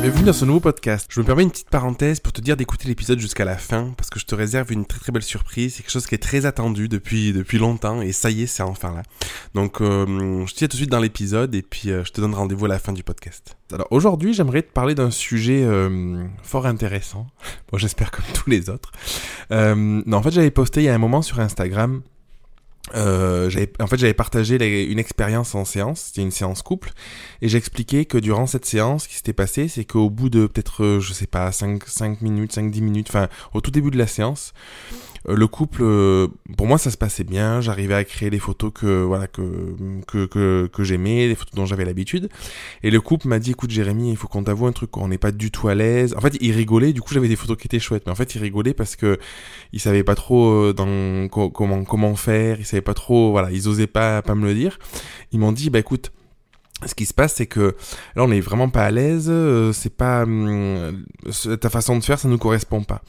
Bienvenue dans ce nouveau podcast. Je me permets une petite parenthèse pour te dire d'écouter l'épisode jusqu'à la fin parce que je te réserve une très très belle surprise. C'est quelque chose qui est très attendu depuis longtemps et ça y est, c'est enfin là. Donc je te dis à tout de suite dans l'épisode et puis je te donne rendez-vous à la fin du podcast. Alors aujourd'hui, j'aimerais te parler d'un sujet fort intéressant. Bon, j'espère comme tous les autres. En fait, j'avais posté il y a un moment sur Instagram. J'avais partagé une expérience en séance, c'était une séance couple, et j'expliquais que durant cette séance, ce qui s'était passé, c'est qu'au bout de peut-être, 5 minutes, 5-10 minutes, enfin, au tout début de la séance, le couple, pour moi, ça se passait bien, j'arrivais à créer les photos que j'aimais, les photos dont j'avais l'habitude, et le couple m'a dit, écoute Jérémy, il faut qu'on t'avoue un truc, on n'est pas du tout à l'aise. En fait, il rigolait, du coup j'avais des photos qui étaient chouettes, mais en fait, il rigolait parce que il savait pas trop comment faire, il savait pas trop, voilà, ils osaient pas me le dire. Ils m'ont dit, bah écoute, ce qui se passe, c'est que là, on est vraiment pas à l'aise, c'est pas ta façon de faire, ça nous correspond pas.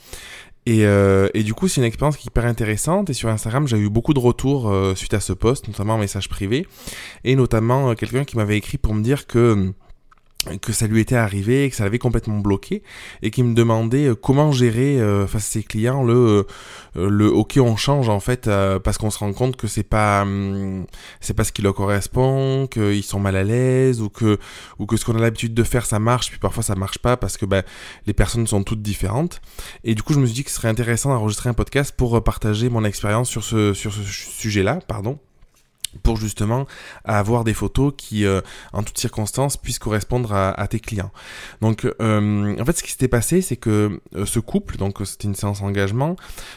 Et du coup, c'est une expérience qui est hyper intéressante. Et sur Instagram, j'ai eu beaucoup de retours suite à ce post, notamment en message privé, et notamment quelqu'un qui m'avait écrit pour me dire que ça lui était arrivé, que ça l'avait complètement bloqué, et qui me demandait comment gérer face à ses clients le ok on change en fait parce qu'on se rend compte que c'est pas ce qui leur correspond, qu'ils sont mal à l'aise ou que ce qu'on a l'habitude de faire ça marche puis parfois ça marche pas parce que les personnes sont toutes différentes. Et du coup je me suis dit que ce serait intéressant d'enregistrer un podcast pour partager mon expérience sur ce sujet-là, pour justement avoir des photos qui, en toutes circonstances, puissent correspondre à tes clients. Donc, en fait, ce qui s'était passé, c'est que ce couple, donc c'était une séance engagement,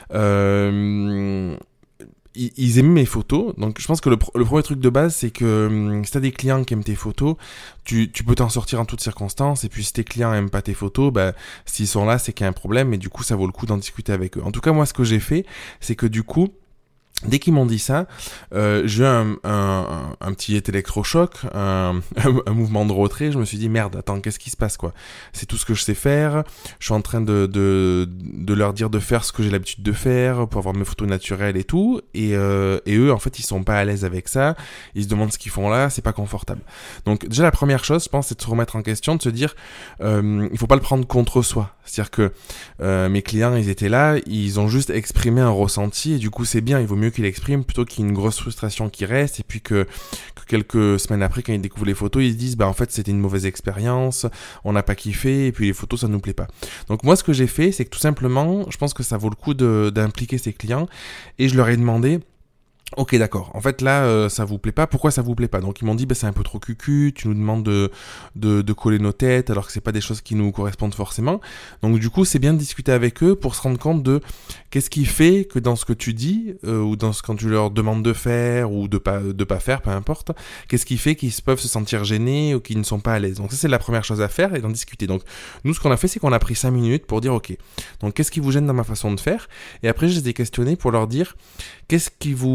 ils aimaient mes photos. Donc, je pense que le premier truc de base, c'est que si t'as des clients qui aiment tes photos, tu peux t'en sortir en toutes circonstances. Et puis, si tes clients aiment pas tes photos, s'ils sont là, c'est qu'il y a un problème. Et du coup, ça vaut le coup d'en discuter avec eux. En tout cas, moi, ce que j'ai fait, c'est que du coup, dès qu'ils m'ont dit ça, j'ai eu un petit électrochoc, un mouvement de retrait. Je me suis dit merde, attends, qu'est-ce qui se passe quoi ? C'est tout ce que je sais faire. Je suis en train de leur dire de faire ce que j'ai l'habitude de faire pour avoir mes photos naturelles et tout. Et eux, en fait, ils sont pas à l'aise avec ça. Ils se demandent ce qu'ils font là, c'est pas confortable. Donc déjà la première chose, je pense, c'est de se remettre en question, de se dire, il faut pas le prendre contre soi. C'est-à-dire que mes clients, ils étaient là, ils ont juste exprimé un ressenti et du coup c'est bien. Il vaut mieux qu'il exprime plutôt qu'il y ait une grosse frustration qui reste et puis que quelques semaines après quand ils découvrent les photos ils se disent en fait c'était une mauvaise expérience, on n'a pas kiffé et puis les photos ça nous plaît pas. Donc moi ce que j'ai fait c'est que tout simplement je pense que ça vaut le coup d'impliquer ses clients et je leur ai demandé ok d'accord, en fait là ça vous plaît pas, pourquoi ça vous plaît pas? Donc ils m'ont dit c'est un peu trop cucu, tu nous demandes de coller nos têtes alors que c'est pas des choses qui nous correspondent forcément. Donc du coup c'est bien de discuter avec eux pour se rendre compte de qu'est-ce qui fait que dans ce que tu dis ou dans ce quand tu leur demandes de faire ou de pas faire, peu importe, qu'est-ce qui fait qu'ils peuvent se sentir gênés ou qu'ils ne sont pas à l'aise. Donc ça c'est la première chose à faire et d'en discuter. Donc nous ce qu'on a fait c'est qu'on a pris 5 minutes pour dire ok, donc qu'est-ce qui vous gêne dans ma façon de faire? Et après je les ai questionnés pour leur dire qu'est-ce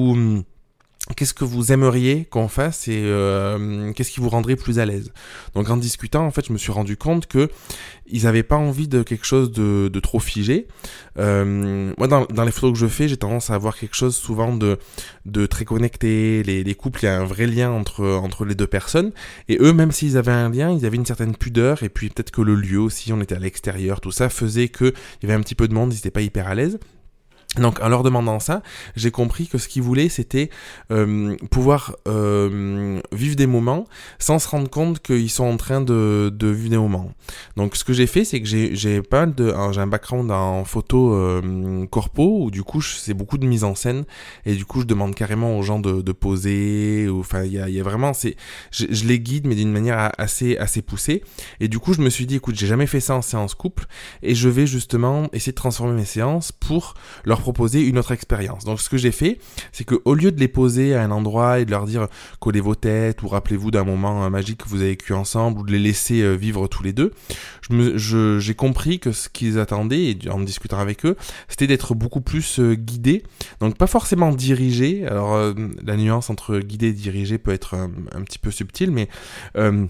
que vous aimeriez qu'on fasse et qu'est-ce qui vous rendrait plus à l'aise. Donc en discutant, en fait, je me suis rendu compte que ils avaient pas envie de quelque chose de trop figé. Moi, dans les photos que je fais, j'ai tendance à avoir quelque chose souvent de très connecté. Les couples, il y a un vrai lien entre les deux personnes. Et eux, même s'ils avaient un lien, ils avaient une certaine pudeur. Et puis peut-être que le lieu aussi, on était à l'extérieur, tout ça faisait que il y avait un petit peu de monde, ils étaient pas hyper à l'aise. Donc en leur demandant ça, j'ai compris que ce qu'ils voulaient c'était pouvoir vivre des moments sans se rendre compte qu'ils sont en train de vivre des moments. Donc ce que j'ai fait c'est que j'ai un background en photo corpo où du coup c'est beaucoup de mise en scène et du coup je demande carrément aux gens de poser, enfin il y a vraiment je les guide mais d'une manière assez poussée et du coup je me suis dit écoute j'ai jamais fait ça en séance couple et je vais justement essayer de transformer mes séances pour leur proposer une autre expérience. Donc ce que j'ai fait, c'est que au lieu de les poser à un endroit et de leur dire collez vos têtes ou rappelez-vous d'un moment magique que vous avez vécu ensemble ou de les laisser vivre tous les deux, j'ai compris que ce qu'ils attendaient, et en discutant avec eux, c'était d'être beaucoup plus guidés, donc pas forcément dirigés. Alors la nuance entre guidé et dirigé peut être un petit peu subtile, mais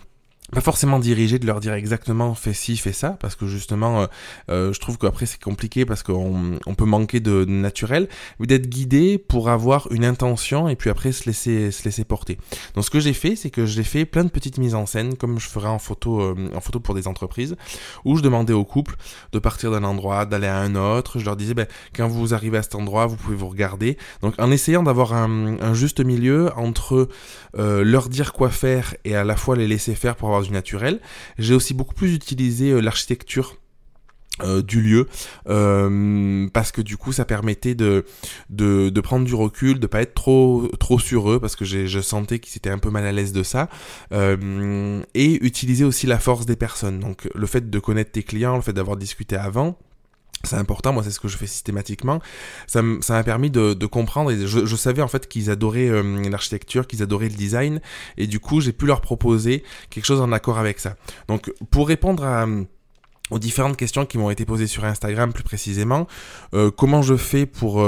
pas forcément diriger, de leur dire exactement fais ci, fais ça, parce que justement, je trouve qu'après c'est compliqué parce qu'on peut manquer de naturel, mais d'être guidé pour avoir une intention et puis après se laisser porter. Donc ce que j'ai fait, c'est que j'ai fait plein de petites mises en scène, comme je ferais en photo pour des entreprises, où je demandais au couple de partir d'un endroit, d'aller à un autre. Je leur disais, quand vous arrivez à cet endroit, vous pouvez vous regarder. Donc en essayant d'avoir un juste milieu entre leur dire quoi faire et à la fois les laisser faire pour avoir du naturel. J'ai aussi beaucoup plus utilisé l'architecture du lieu parce que du coup ça permettait de prendre du recul, de pas être trop sur eux parce que je sentais qu'ils étaient un peu mal à l'aise de ça et utiliser aussi la force des personnes. Donc le fait de connaître tes clients, le fait d'avoir discuté avant, c'est important, moi c'est ce que je fais systématiquement. Ça m'a permis de comprendre et je savais en fait qu'ils adoraient l'architecture, qu'ils adoraient le design et du coup j'ai pu leur proposer quelque chose en accord avec ça. Donc pour répondre aux différentes questions qui m'ont été posées sur Instagram plus précisément, comment je fais pour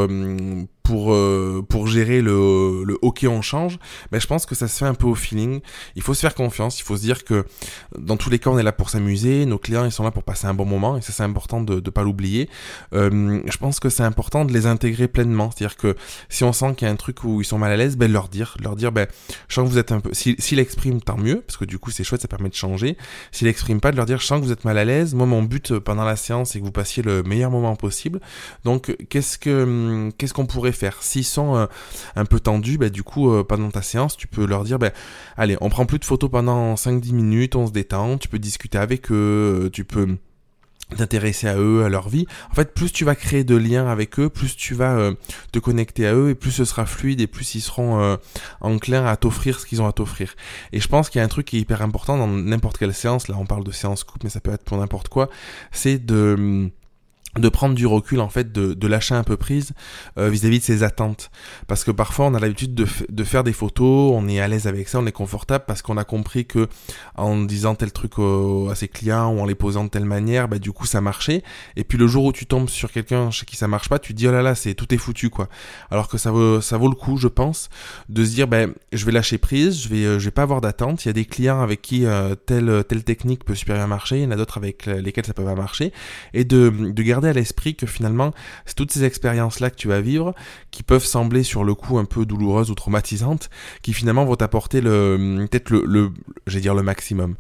gérer le OK on change, je pense que ça se fait un peu au feeling. Il faut se faire confiance, il faut se dire que dans tous les cas on est là pour s'amuser, nos clients ils sont là pour passer un bon moment et ça c'est important de pas l'oublier. Je pense que c'est important de les intégrer pleinement, c'est-à-dire que si on sent qu'il y a un truc où ils sont mal à l'aise, leur dire je sens que vous êtes un peu, s'il exprime tant mieux, parce que du coup c'est chouette, ça permet de changer. S'il exprime pas, de leur dire je sens que vous êtes mal à l'aise, moi mon but pendant la séance c'est que vous passiez le meilleur moment possible, donc qu'est-ce qu'on pourrait faire s'ils sont un peu tendus, du coup pendant ta séance tu peux leur dire allez on prend plus de photos pendant 5-10 minutes, on se détend, tu peux discuter avec eux, tu peux t'intéresser à eux, à leur vie. En fait, plus tu vas créer de liens avec eux, plus tu vas te connecter à eux et plus ce sera fluide et plus ils seront enclins à t'offrir ce qu'ils ont à t'offrir. Et je pense qu'il y a un truc qui est hyper important dans n'importe quelle séance, là on parle de séance couple mais ça peut être pour n'importe quoi, c'est de prendre du recul en fait, de lâcher un peu prise vis-à-vis de ses attentes, parce que parfois on a l'habitude de faire des photos, on est à l'aise avec ça, on est confortable parce qu'on a compris que en disant tel truc à ses clients ou en les posant de telle manière, du coup ça marchait, et puis le jour où tu tombes sur quelqu'un chez qui ça marche pas, tu te dis oh là là tout est foutu quoi, alors que ça vaut le coup je pense de se dire je vais lâcher prise, je vais pas avoir d'attente. Il y a des clients avec qui telle technique peut super bien marcher, il y en a d'autres avec lesquels ça peut pas marcher, et de garder à l'esprit que finalement c'est toutes ces expériences-là que tu vas vivre qui peuvent sembler sur le coup un peu douloureuses ou traumatisantes, qui finalement vont t'apporter peut-être j'allais dire le maximum,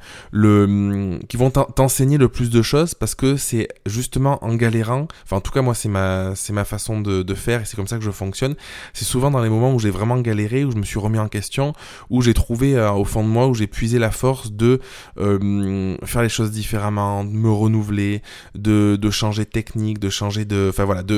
qui vont t'enseigner le plus de choses, parce que c'est justement en galérant, enfin en tout cas moi c'est ma façon de faire et c'est comme ça que je fonctionne, c'est souvent dans les moments où j'ai vraiment galéré, où je me suis remis en question, où j'ai trouvé au fond de moi, où j'ai puisé la force de faire les choses différemment, de me renouveler, de changer de technique, de changer de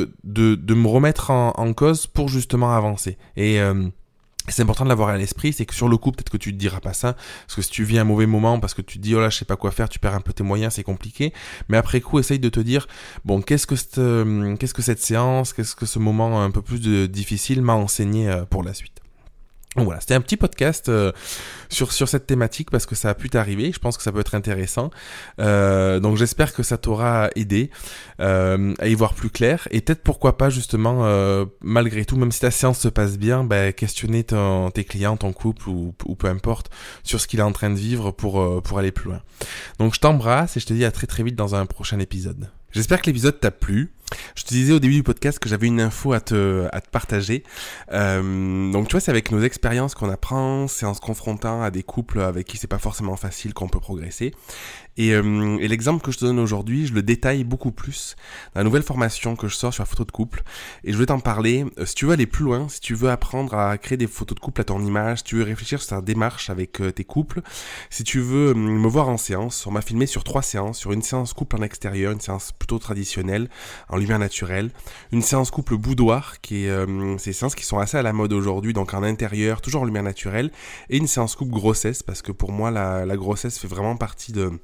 me remettre en cause pour justement avancer. Et c'est important de l'avoir à l'esprit, c'est que sur le coup peut-être que tu te diras pas ça, parce que si tu vis un mauvais moment, parce que tu te dis oh là je sais pas quoi faire, tu perds un peu tes moyens, c'est compliqué, mais après coup essaye de te dire bon qu'est-ce que cette séance, qu'est-ce que ce moment un peu plus difficile m'a enseigné pour la suite. Donc voilà, c'était un petit podcast sur cette thématique parce que ça a pu t'arriver, je pense que ça peut être intéressant, donc j'espère que ça t'aura aidé à y voir plus clair, et peut-être pourquoi pas justement malgré tout, même si ta séance se passe bien, questionner tes clients, ton couple ou peu importe sur ce qu'il est en train de vivre pour aller plus loin. Donc je t'embrasse et je te dis à très très vite dans un prochain épisode. J'espère que l'épisode t'a plu. Je te disais au début du podcast que j'avais une info à te partager. Donc tu vois, c'est avec nos expériences qu'on apprend, c'est en se confrontant à des couples avec qui c'est pas forcément facile qu'on peut progresser. Et l'exemple que je te donne aujourd'hui, je le détaille beaucoup plus dans la nouvelle formation que je sors sur la photo de couple. Et je voulais t'en parler. Si tu veux aller plus loin, si tu veux apprendre à créer des photos de couple à ton image, si tu veux réfléchir sur ta démarche avec tes couples, si tu veux me voir en séance, on m'a filmé sur 3 séances, sur une séance couple en extérieur, une séance plutôt traditionnelle, en lumière naturelle, une séance couple boudoir, qui est ces séances qui sont assez à la mode aujourd'hui, donc en intérieur, toujours en lumière naturelle, et une séance couple grossesse, parce que pour moi la grossesse fait vraiment partie de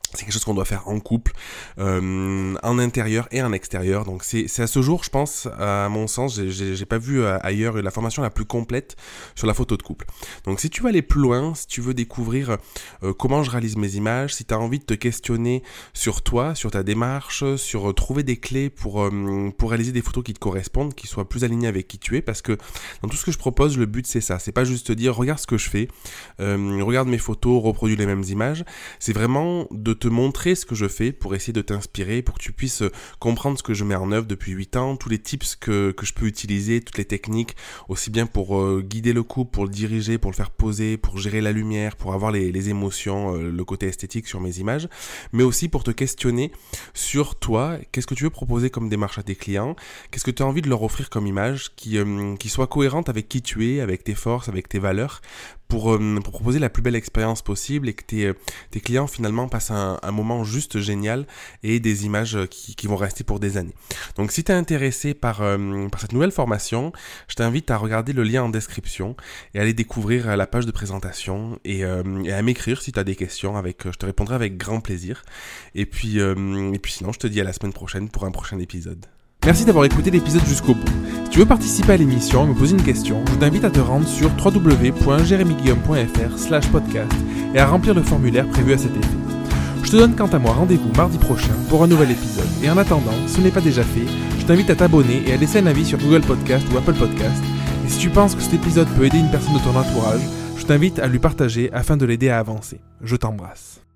C'est quelque chose qu'on doit faire en couple, en intérieur et en extérieur. Donc c'est à ce jour, je pense, à mon sens, j'ai pas vu ailleurs la formation la plus complète sur la photo de couple. Donc si tu veux aller plus loin, si tu veux découvrir comment je réalise mes images, si tu as envie de te questionner sur toi, sur ta démarche, sur trouver des clés pour réaliser des photos qui te correspondent, qui soient plus alignées avec qui tu es, parce que dans tout ce que je propose, le but c'est ça. C'est pas juste te dire regarde ce que je fais, regarde mes photos, reproduis les mêmes images. C'est vraiment de te montrer ce que je fais pour essayer de t'inspirer, pour que tu puisses comprendre ce que je mets en œuvre depuis 8 ans, tous les tips que je peux utiliser, toutes les techniques, aussi bien pour guider le couple, pour le diriger, pour le faire poser, pour gérer la lumière, pour avoir les émotions, le côté esthétique sur mes images, mais aussi pour te questionner sur toi, qu'est-ce que tu veux proposer comme démarche à tes clients, qu'est-ce que tu as envie de leur offrir comme image qui soit cohérente avec qui tu es, avec tes forces, avec tes valeurs, pour proposer la plus belle expérience possible et que tes clients finalement passent un moment juste génial et des images qui vont rester pour des années. Donc si tu es intéressé par cette nouvelle formation, je t'invite à regarder le lien en description et à aller découvrir la page de présentation et à m'écrire si tu as des questions, je te répondrai avec grand plaisir. Et puis sinon, je te dis à la semaine prochaine pour un prochain épisode. Merci d'avoir écouté l'épisode jusqu'au bout. Si tu veux participer à l'émission et me poser une question, je t'invite à te rendre sur www.jeremyguillaume.fr/podcast et à remplir le formulaire prévu à cet effet. Je te donne quant à moi rendez-vous mardi prochain pour un nouvel épisode. Et en attendant, si ce n'est pas déjà fait, je t'invite à t'abonner et à laisser un avis sur Google Podcast ou Apple Podcast. Et si tu penses que cet épisode peut aider une personne de ton entourage, je t'invite à lui partager afin de l'aider à avancer. Je t'embrasse.